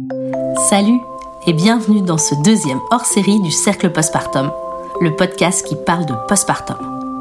Salut et bienvenue dans ce deuxième hors-série du Cercle Postpartum, le podcast qui parle de postpartum.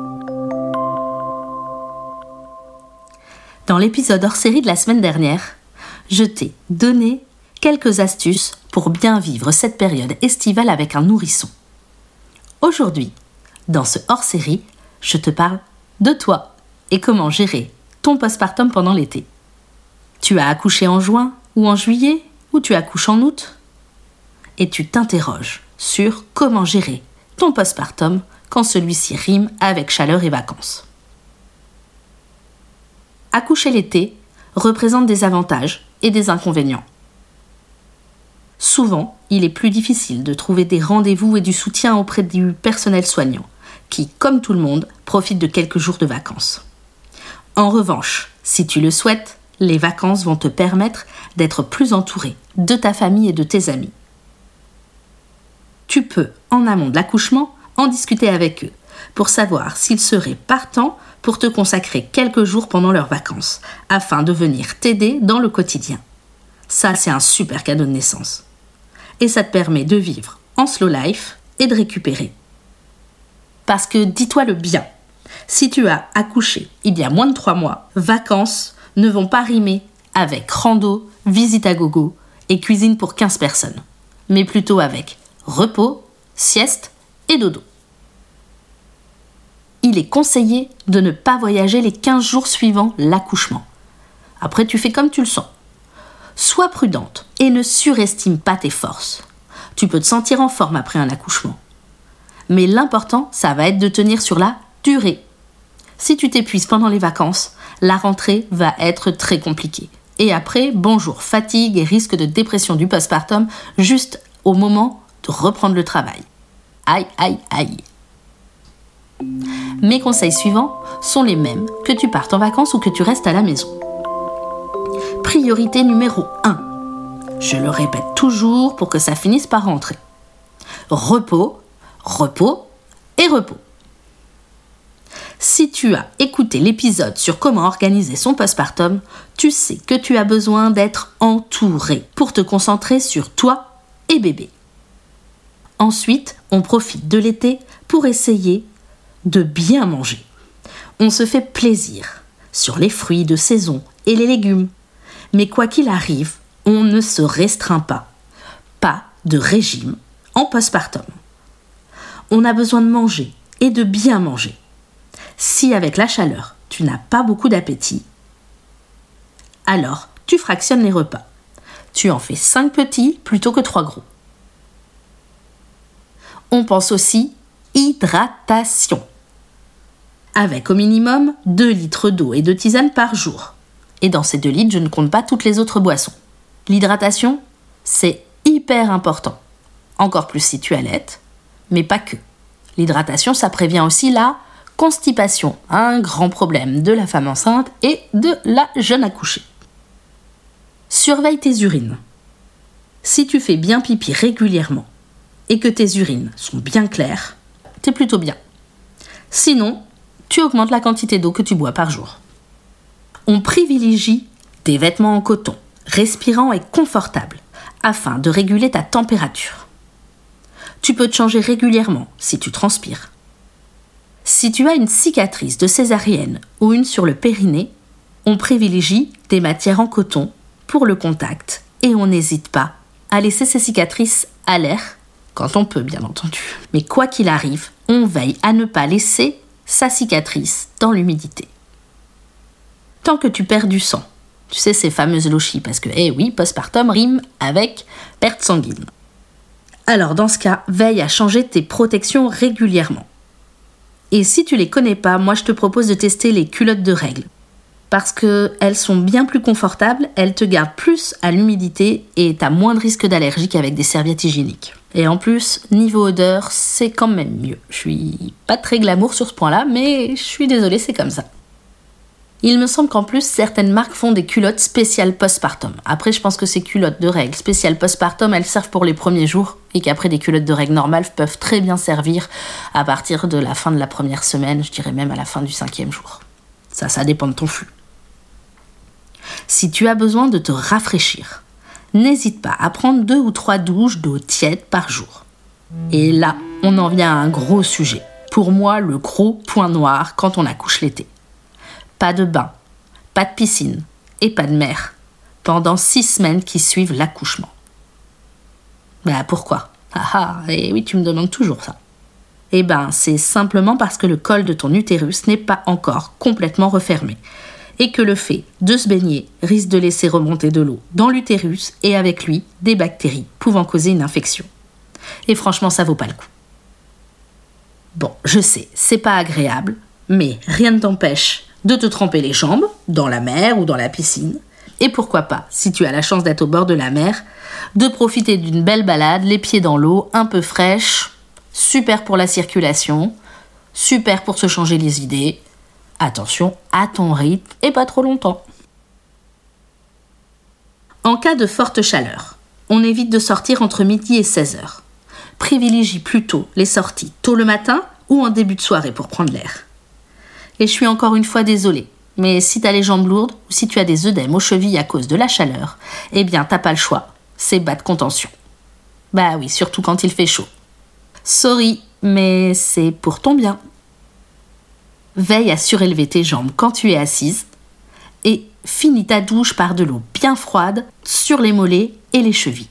Dans l'épisode hors-série de la semaine dernière, je t'ai donné quelques astuces pour bien vivre cette période estivale avec un nourrisson. Aujourd'hui, dans ce hors-série, je te parle de toi et comment gérer ton postpartum pendant l'été. Tu as accouché en juin ou en juillet ou tu accouches en août? Et tu t'interroges sur comment gérer ton postpartum quand celui-ci rime avec chaleur et vacances. Accoucher l'été représente des avantages et des inconvénients. Souvent, il est plus difficile de trouver des rendez-vous et du soutien auprès du personnel soignant, qui, comme tout le monde, profite de quelques jours de vacances. En revanche, si tu le souhaites, les vacances vont te permettre d'être plus entouré de ta famille et de tes amis. Tu peux, en amont de l'accouchement, en discuter avec eux pour savoir s'ils seraient partants pour te consacrer quelques jours pendant leurs vacances, afin de venir t'aider dans le quotidien. Ça, c'est un super cadeau de naissance. Et ça te permet de vivre en slow life et de récupérer. Parce que, dis-toi-le bien, si tu as accouché il y a moins de 3 mois, vacances ne vont pas rimer avec rando, visite à gogo et cuisine pour 15 personnes, mais plutôt avec repos, sieste et dodo. Il est conseillé de ne pas voyager les 15 jours suivant l'accouchement. Après, tu fais comme tu le sens. Sois prudente et ne surestime pas tes forces. Tu peux te sentir en forme après un accouchement. Mais l'important, ça va être de tenir sur la durée. Si tu t'épuises pendant les vacances, la rentrée va être très compliquée. Et après, bonjour, fatigue et risque de dépression du postpartum juste au moment de reprendre le travail. Aïe, aïe, aïe. Mes conseils suivants sont les mêmes que tu partes en vacances ou que tu restes à la maison. Priorité numéro 1. Je le répète toujours pour que ça finisse par rentrer. Repos, repos et repos. Si tu as écouté l'épisode sur comment organiser son postpartum, tu sais que tu as besoin d'être entouré pour te concentrer sur toi et bébé. Ensuite, on profite de l'été pour essayer de bien manger. On se fait plaisir sur les fruits de saison et les légumes. Mais quoi qu'il arrive, on ne se restreint pas. Pas de régime en postpartum. On a besoin de manger et de bien manger. Si avec la chaleur, tu n'as pas beaucoup d'appétit, alors tu fractionnes les repas. Tu en fais 5 petits plutôt que 3 gros. On pense aussi hydratation. Avec au minimum 2 litres d'eau et de tisane par jour. Et dans ces 2 litres, je ne compte pas toutes les autres boissons. L'hydratation, c'est hyper important. Encore plus si tu allaites, mais pas que. L'hydratation, ça prévient aussi la constipation, un grand problème de la femme enceinte et de la jeune accouchée. Surveille tes urines. Si tu fais bien pipi régulièrement et que tes urines sont bien claires, t'es plutôt bien. Sinon, tu augmentes la quantité d'eau que tu bois par jour. On privilégie des vêtements en coton, respirants et confortables, afin de réguler ta température. Tu peux te changer régulièrement si tu transpires. Si tu as une cicatrice de césarienne ou une sur le périnée, on privilégie des matières en coton pour le contact et on n'hésite pas à laisser ces cicatrices à l'air, quand on peut bien entendu. Mais quoi qu'il arrive, on veille à ne pas laisser sa cicatrice dans l'humidité. Tant que tu perds du sang, tu sais ces fameuses lochies, parce que, oui, postpartum rime avec perte sanguine. Alors dans ce cas, veille à changer tes protections régulièrement. Et si tu les connais pas, moi je te propose de tester les culottes de règles. Parce qu'elles sont bien plus confortables, elles te gardent plus à l'humidité et t'as moins de risque d'allergie qu'avec des serviettes hygiéniques. Et en plus, niveau odeur, c'est quand même mieux. Je suis pas très glamour sur ce point-là, mais je suis désolée, c'est comme ça. Il me semble qu'en plus, certaines marques font des culottes spéciales postpartum. Après, je pense que ces culottes de règles spéciales postpartum, elles servent pour les premiers jours et qu'après, des culottes de règles normales peuvent très bien servir à partir de la fin de la première semaine, je dirais même à la fin du 5e jour. Ça dépend de ton flux. Si tu as besoin de te rafraîchir, n'hésite pas à prendre 2 ou 3 douches d'eau tiède par jour. Et là, on en vient à un gros sujet. Pour moi, le gros point noir quand on accouche l'été. Pas de bain, pas de piscine et pas de mer pendant 6 semaines qui suivent l'accouchement. Pourquoi ? Et oui, tu me demandes toujours ça. C'est simplement parce que le col de ton utérus n'est pas encore complètement refermé et que le fait de se baigner risque de laisser remonter de l'eau dans l'utérus et avec lui des bactéries pouvant causer une infection. Et franchement, ça vaut pas le coup. Bon, je sais, c'est pas agréable, mais rien ne t'empêche de te tremper les jambes dans la mer ou dans la piscine. Et pourquoi pas, si tu as la chance d'être au bord de la mer, de profiter d'une belle balade, les pieds dans l'eau, un peu fraîche, super pour la circulation, super pour se changer les idées. Attention, à ton rythme et pas trop longtemps. En cas de forte chaleur, on évite de sortir entre midi et 16h. Privilégie plutôt les sorties tôt le matin ou en début de soirée pour prendre l'air. Et je suis encore une fois désolée, mais si t'as les jambes lourdes ou si tu as des œdèmes aux chevilles à cause de la chaleur, t'as pas le choix, c'est bas de contention. Oui, surtout quand il fait chaud. Sorry, mais c'est pour ton bien. Veille à surélever tes jambes quand tu es assise et finis ta douche par de l'eau bien froide sur les mollets et les chevilles.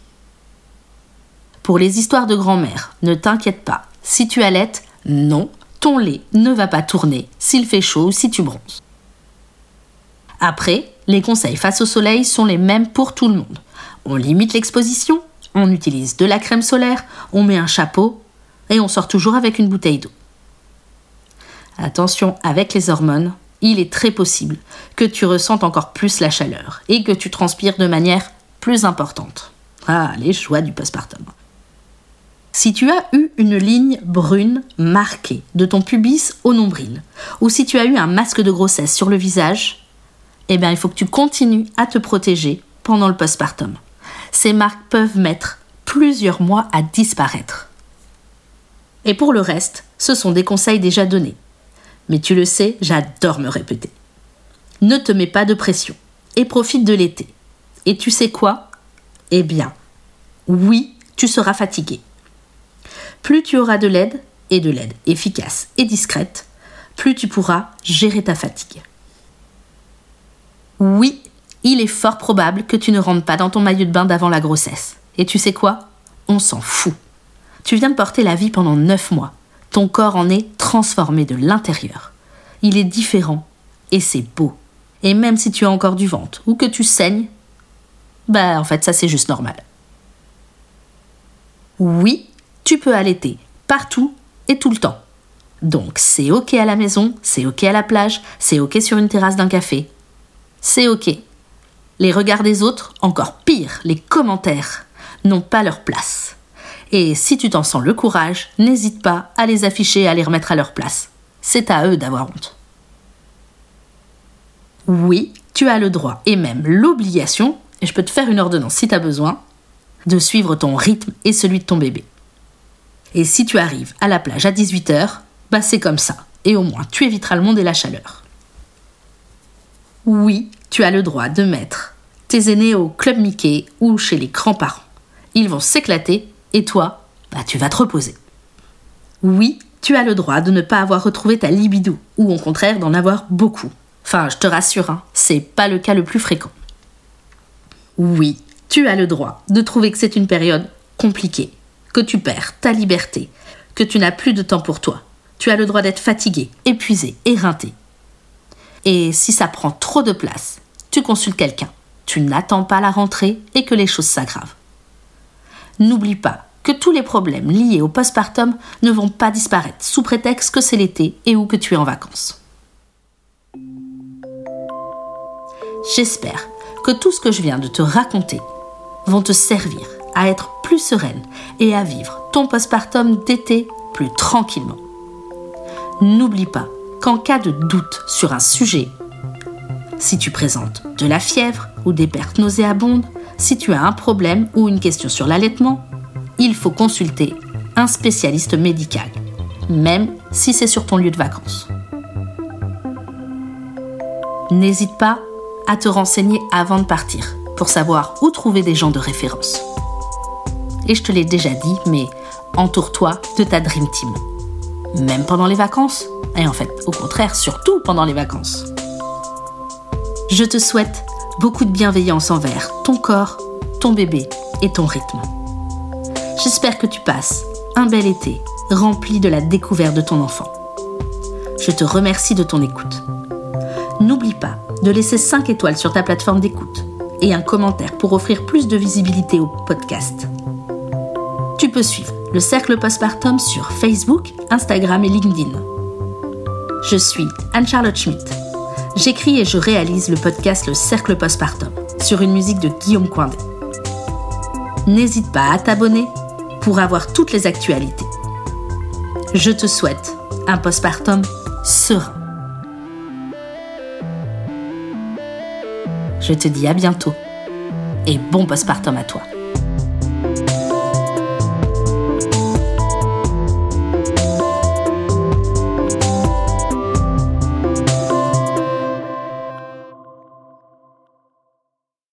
Pour les histoires de grand-mère, ne t'inquiète pas. Si tu allaites, non, ton lait ne va pas tourner s'il fait chaud ou si tu bronzes. Après, les conseils face au soleil sont les mêmes pour tout le monde. On limite l'exposition, on utilise de la crème solaire, on met un chapeau et on sort toujours avec une bouteille d'eau. Attention, avec les hormones, il est très possible que tu ressentes encore plus la chaleur et que tu transpires de manière plus importante. Les joies du postpartum. Si tu as eu une ligne brune marquée de ton pubis au nombril, ou si tu as eu un masque de grossesse sur le visage, il faut que tu continues à te protéger pendant le postpartum. Ces marques peuvent mettre plusieurs mois à disparaître. Et pour le reste, ce sont des conseils déjà donnés. Mais tu le sais, j'adore me répéter. Ne te mets pas de pression et profite de l'été. Et tu sais quoi ? Oui, tu seras fatigué. Plus tu auras de l'aide, et de l'aide efficace et discrète, plus tu pourras gérer ta fatigue. Oui, il est fort probable que tu ne rentres pas dans ton maillot de bain d'avant la grossesse. Et tu sais quoi ? On s'en fout. Tu viens de porter la vie pendant 9 mois. Ton corps en est transformé de l'intérieur. Il est différent et c'est beau. Et même si tu as encore du ventre ou que tu saignes, ça c'est juste normal. Oui, tu peux allaiter partout et tout le temps. Donc c'est ok à la maison, c'est ok à la plage, c'est ok sur une terrasse d'un café. C'est ok. Les regards des autres, encore pire, les commentaires, n'ont pas leur place. Et si tu t'en sens le courage, n'hésite pas à les afficher et à les remettre à leur place. C'est à eux d'avoir honte. Oui, tu as le droit et même l'obligation, et je peux te faire une ordonnance si tu as besoin, de suivre ton rythme et celui de ton bébé. Et si tu arrives à la plage à 18h, c'est comme ça. Et au moins, tu éviteras le monde et la chaleur. Oui, tu as le droit de mettre tes aînés au club Mickey ou chez les grands-parents. Ils vont s'éclater et toi, tu vas te reposer. Oui, tu as le droit de ne pas avoir retrouvé ta libido ou au contraire d'en avoir beaucoup. Je te rassure, c'est pas le cas le plus fréquent. Oui, tu as le droit de trouver que c'est une période compliquée, que tu perds ta liberté, que tu n'as plus de temps pour toi. Tu as le droit d'être fatigué, épuisé, éreinté. Et si ça prend trop de place, tu consultes quelqu'un. Tu n'attends pas la rentrée et que les choses s'aggravent. N'oublie pas que tous les problèmes liés au postpartum ne vont pas disparaître sous prétexte que c'est l'été et ou que tu es en vacances. J'espère que tout ce que je viens de te raconter vont te servir à être plus sereine et à vivre ton postpartum d'été plus tranquillement. N'oublie pas qu'en cas de doute sur un sujet, si tu présentes de la fièvre ou des pertes nauséabondes, si tu as un problème ou une question sur l'allaitement, il faut consulter un spécialiste médical, même si c'est sur ton lieu de vacances. N'hésite pas à te renseigner avant de partir. pour savoir où trouver des gens de référence. Et je te l'ai déjà dit, mais entoure-toi de ta Dream Team. Même pendant les vacances. Et en fait, au contraire, surtout pendant les vacances. Je te souhaite beaucoup de bienveillance envers ton corps, ton bébé et ton rythme. J'espère que tu passes un bel été rempli de la découverte de ton enfant. Je te remercie de ton écoute. N'oublie pas de laisser 5 étoiles sur ta plateforme d'écoute et un commentaire pour offrir plus de visibilité au podcast. Tu peux suivre le Cercle Postpartum sur Facebook, Instagram et LinkedIn. Je suis Anne-Charlotte Schmitt. J'écris et je réalise le podcast Le Cercle Postpartum sur une musique de Guillaume Coindé. N'hésite pas à t'abonner pour avoir toutes les actualités. Je te souhaite un postpartum serein. Je te dis à bientôt et bon postpartum à toi.